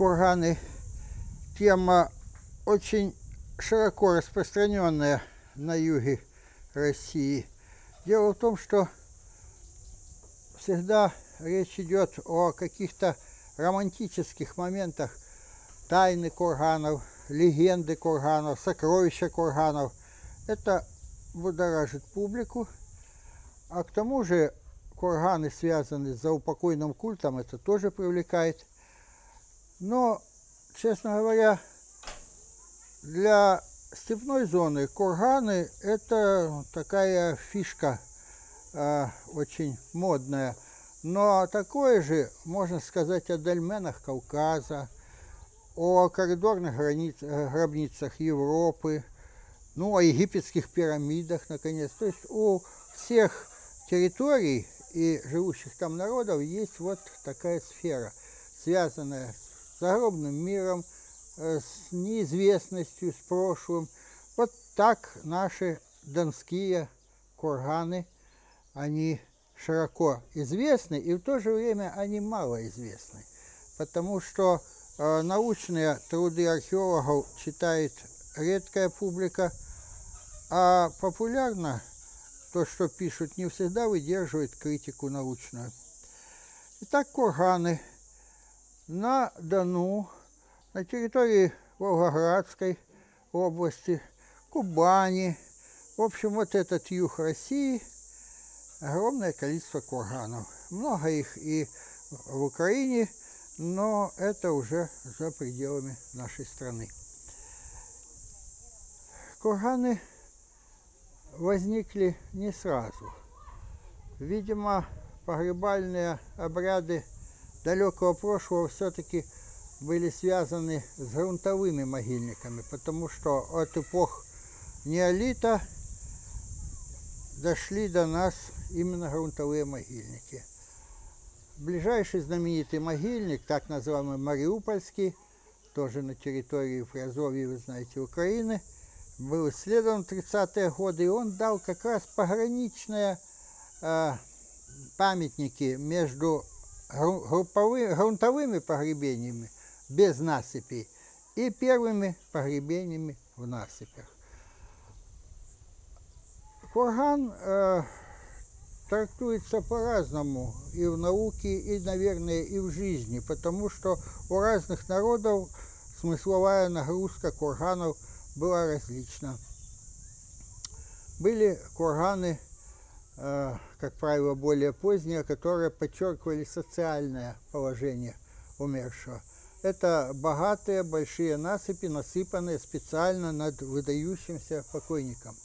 курганы – тема очень широко распространенная на юге России. Дело в том, что всегда речь идет о каких-то романтических моментах тайны курганов, легенды курганов, сокровища курганов. Это будоражит публику, а к тому же курганы, связанные с заупокойным культом, это тоже привлекает. Но, честно говоря, для степной зоны курганы – это такая фишка очень модная. Но такое же можно сказать о дольменах Кавказа, о коридорных гробницах Европы, ну, о египетских пирамидах, наконец. То есть у всех территорий и живущих там народов есть вот такая сфера, связанная с загробным миром, с неизвестностью, с прошлым. Вот так наши донские курганы, они широко известны, и в то же время они малоизвестны, потому что научные труды археологов читает редкая публика, а популярно то, что пишут, не всегда выдерживает критику научную. Итак, курганы на Дону, на территории Волгоградской области, Кубани, в общем, вот этот юг России, огромное количество курганов. Много их и в Украине, но это уже за пределами нашей страны. Курганы возникли не сразу. Видимо, погребальные обряды далекого прошлого все-таки были связаны с грунтовыми могильниками, потому что от эпох неолита дошли до нас именно грунтовые могильники. Ближайший знаменитый могильник, так называемый Мариупольский, тоже на территории Приазовья, вы знаете, Украины, был исследован в 30-е годы, и он дал как раз пограничные памятники между грунтовыми погребениями без насыпей и первыми погребениями в насыпях. Курган трактуется по-разному и в науке, и, наверное, и в жизни, потому что у разных народов смысловая нагрузка курганов была различна. Были курганы, как правило, более поздние, которые подчеркивали социальное положение умершего. Это богатые большие насыпи, насыпанные специально над выдающимся покойником.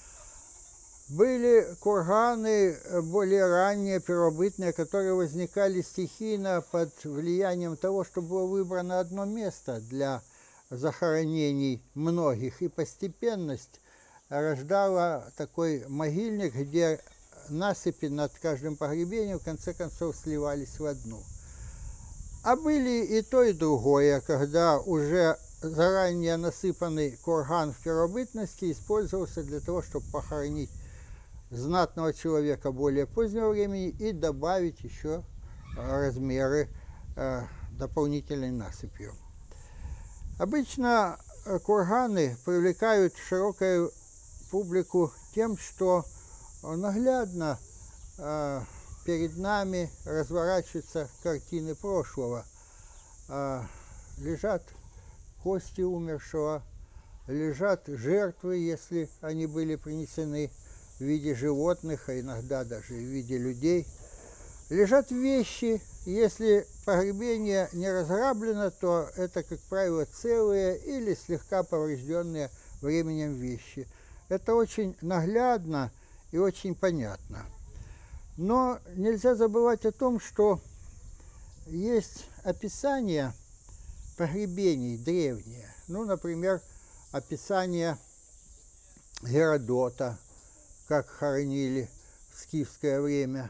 Были курганы более ранние, первобытные, которые возникали стихийно под влиянием того, что было выбрано одно место для захоронений многих, и постепенность рождала такой могильник, где насыпи над каждым погребением в конце концов сливались в одну. А были и то, и другое, когда уже заранее насыпанный курган в первобытности использовался для того, чтобы похоронить знатного человека более позднего времени и добавить еще размеры дополнительной насыпью. Обычно курганы привлекают широкую публику тем, что наглядно перед нами разворачиваются картины прошлого. Лежат кости умершего, лежат жертвы, если они были принесены в виде животных, а иногда даже в виде людей. Лежат вещи, если погребение не разграблено, то это, как правило, целые или слегка поврежденные временем вещи. Это очень наглядно и очень понятно. Но нельзя забывать о том, что есть описания погребений древние. Ну, например, описание Геродота, как хоронили в скифское время.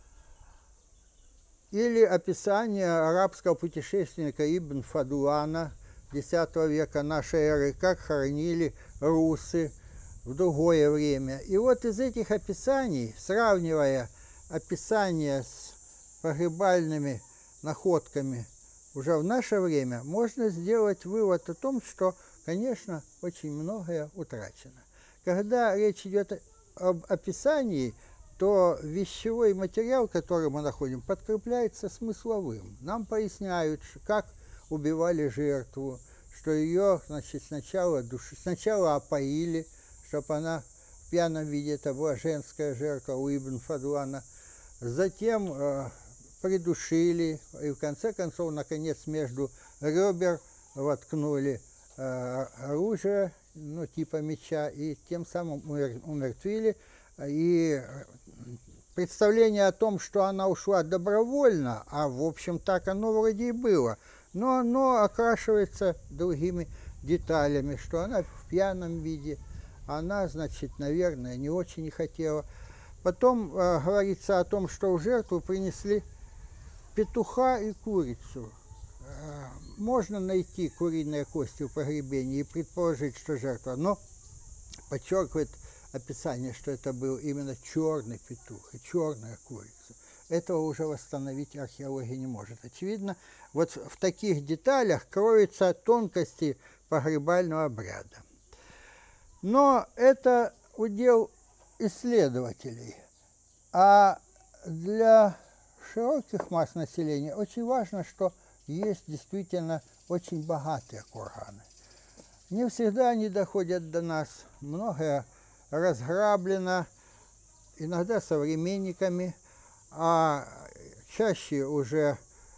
Или описание арабского путешественника Ибн Фадлана X века нашей эры, как хоронили русы в другое время. И вот из этих описаний, сравнивая описания с погребальными находками уже в наше время, можно сделать вывод о том, что, конечно, очень многое утрачено. Когда речь идет об описании, то вещевой материал, который мы находим, подкрепляется смысловым. Нам поясняют, как убивали жертву, что ее, значит, сначала опоили, чтобы она в пьяном виде, это была женская жертва у Ибн Фадлана, затем придушили, и в конце концов, наконец, между ребер воткнули оружие, ну, типа меча, и тем самым умертвили. И представление о том, что она ушла добровольно, а в общем так оно вроде и было, но оно окрашивается другими деталями, что она в пьяном виде, она, значит, наверное, не очень не хотела. Потом говорится о том, что в жертву принесли петуха и курицу. Можно найти куриные кости в погребении и предположить, что жертва, но подчеркивает описание, что это был именно черный петух и черная курица. Этого уже восстановить археология не может. Очевидно, вот в таких деталях кроются тонкости погребального обряда. Но это удел исследователей. А для широких масс населения очень важно, что есть действительно очень богатые курганы. Не всегда они доходят до нас, многое разграблено, иногда современниками, а чаще уже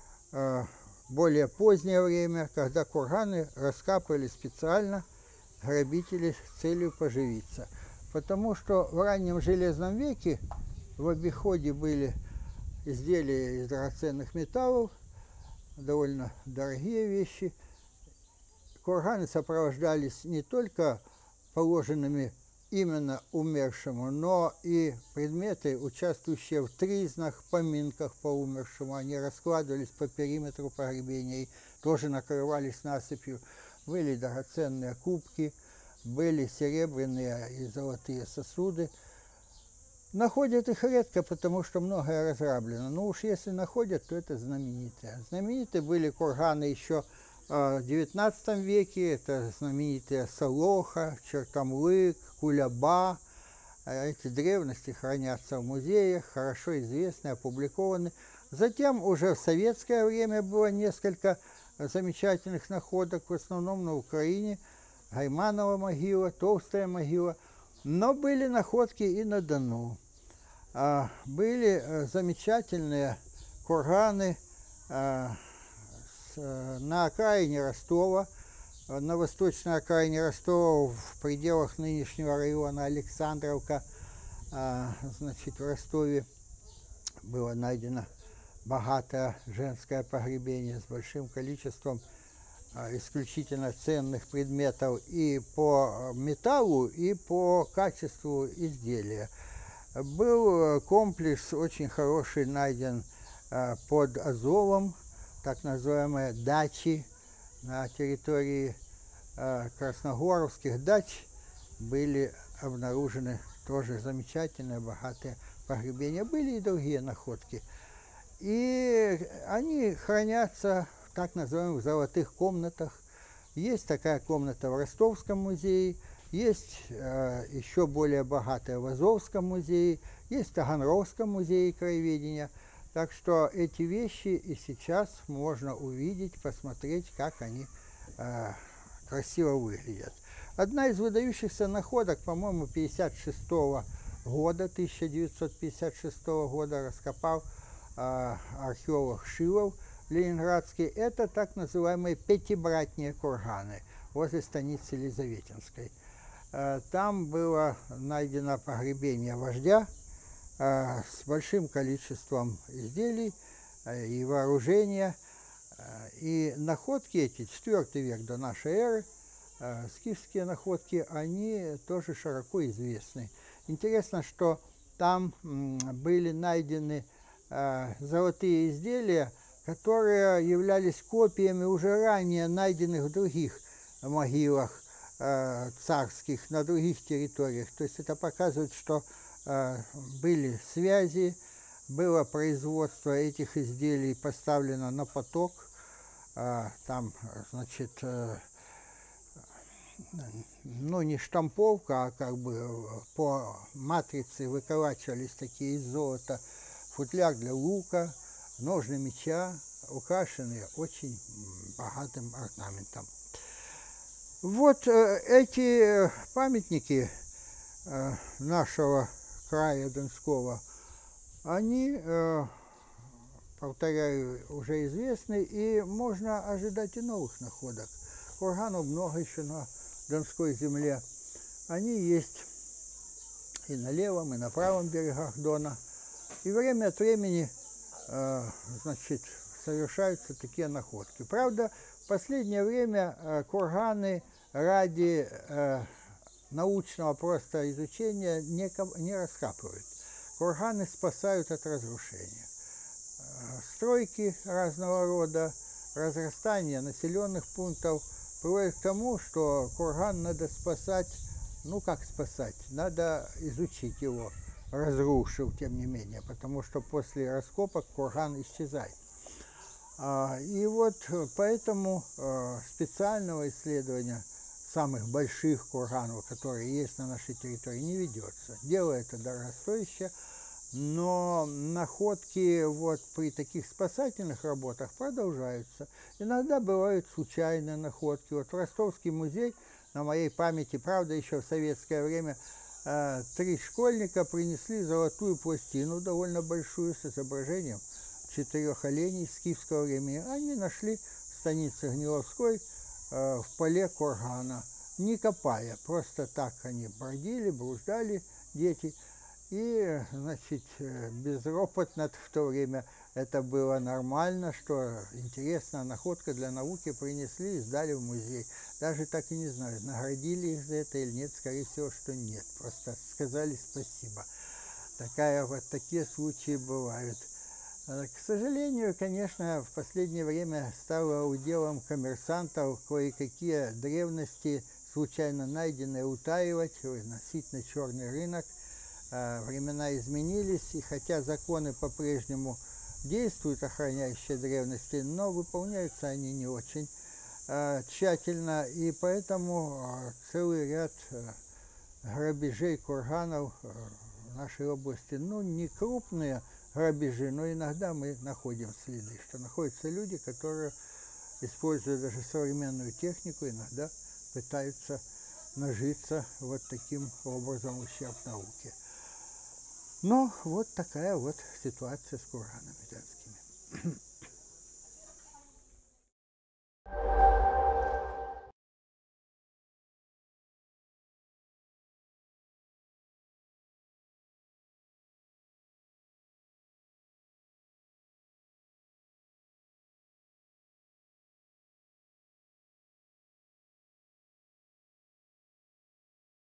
более позднее время, когда курганы раскапывали специально грабители с целью поживиться. Потому что в раннем Железном веке в обиходе были изделия из драгоценных металлов, довольно дорогие вещи. Курганы сопровождались не только положенными именно умершему, но и предметы, участвующие в тризнах, поминках по умершему. Они раскладывались по периметру погребения и тоже накрывались насыпью. Были драгоценные кубки, были серебряные и золотые сосуды. Находят их редко, потому что многое разграблено. Но уж если находят, то это знаменитые. Знаменитые были курганы еще в XIX веке. Это знаменитые Солоха, Чертамлык, Кулеба. Эти древности хранятся в музеях, хорошо известны, опубликованы. Затем уже в советское время было несколько замечательных находок, в основном на Украине. Гайманова могила, Толстая могила. Но были находки и на Дону. Были замечательные курганы на окраине Ростова, на восточной окраине Ростова, в пределах нынешнего района Александровка. Значит, в Ростове было найдено богатое женское погребение с большим количеством исключительно ценных предметов и по металлу, и по качеству изделия. Был комплекс очень хороший найден под Азовом, так называемые дачи на территории красногоровских дач. Были обнаружены тоже замечательные, богатые погребения. Были и другие находки. И они хранятся в так называемых золотых комнатах. Есть такая комната в Ростовском музее, есть еще более богатая в Азовском музее, есть в Таганрогском музее краеведения. Так что эти вещи и сейчас можно увидеть, посмотреть, как они красиво выглядят. Одна из выдающихся находок, по-моему, 1956 года раскопал археолог Шилов ленинградский, это так называемые пятибратние курганы возле станицы Елизаветинской. Там было найдено погребение вождя с большим количеством изделий и вооружения. И находки эти, 4 век до нашей эры, скифские находки, они тоже широко известны. Интересно, что там были найдены золотые изделия, которые являлись копиями уже ранее найденных в других могилах царских, на других территориях. То есть это показывает, что были связи, было производство этих изделий поставлено на поток. там, значит, ну, не штамповка, а как бы по матрице выколачивались такие из золота футляр для лука, ножны меча, украшенные очень богатым орнаментом. Вот эти памятники нашего края Донского, они, повторяю, уже известны, и можно ожидать и новых находок. Курганов много еще на Донской земле. Они есть и на левом, и на правом берегах Дона. И время от времени, значит, совершаются такие находки. Правда, в последнее время курганы ради научного просто изучения не раскапывают. Курганы спасают от разрушения. Стройки разного рода, разрастание населенных пунктов приводит к тому, что курган надо спасать, ну как спасать, надо изучить его, разрушив, тем не менее, потому что после раскопок курган исчезает. И вот поэтому специального исследования самых больших курганов, которые есть на нашей территории, не ведется. Дело это дорогостоящее, но находки вот при таких спасательных работах продолжаются. Иногда бывают случайные находки. Вот в Ростовский музей, на моей памяти, правда, еще в советское время, 3 школьника принесли золотую пластину, довольно большую, с изображением 4 оленей скифского времени. Они нашли в станице Гниловской в поле кургана, не копая, просто так они бродили, блуждали, дети. И, значит, безропотно в то время это было нормально, что интересная находка для науки принесли и сдали в музей. Даже так и не знаю, наградили их за это или нет, скорее всего, что нет. Просто сказали спасибо. Такие случаи бывают. К сожалению, конечно, в последнее время стало уделом коммерсантов кое-какие древности, случайно найденные, утаивать, выносить на черный рынок. Времена изменились, и хотя законы по-прежнему действуют, охраняющие древности, но выполняются они не очень тщательно, и поэтому целый ряд грабежей курганов в нашей области, ну, не крупные грабежи, но иногда мы находим следы, что находятся люди, которые, используя даже современную технику, иногда пытаются нажиться вот таким образом в ущерб науке. Но вот такая вот ситуация с курганами.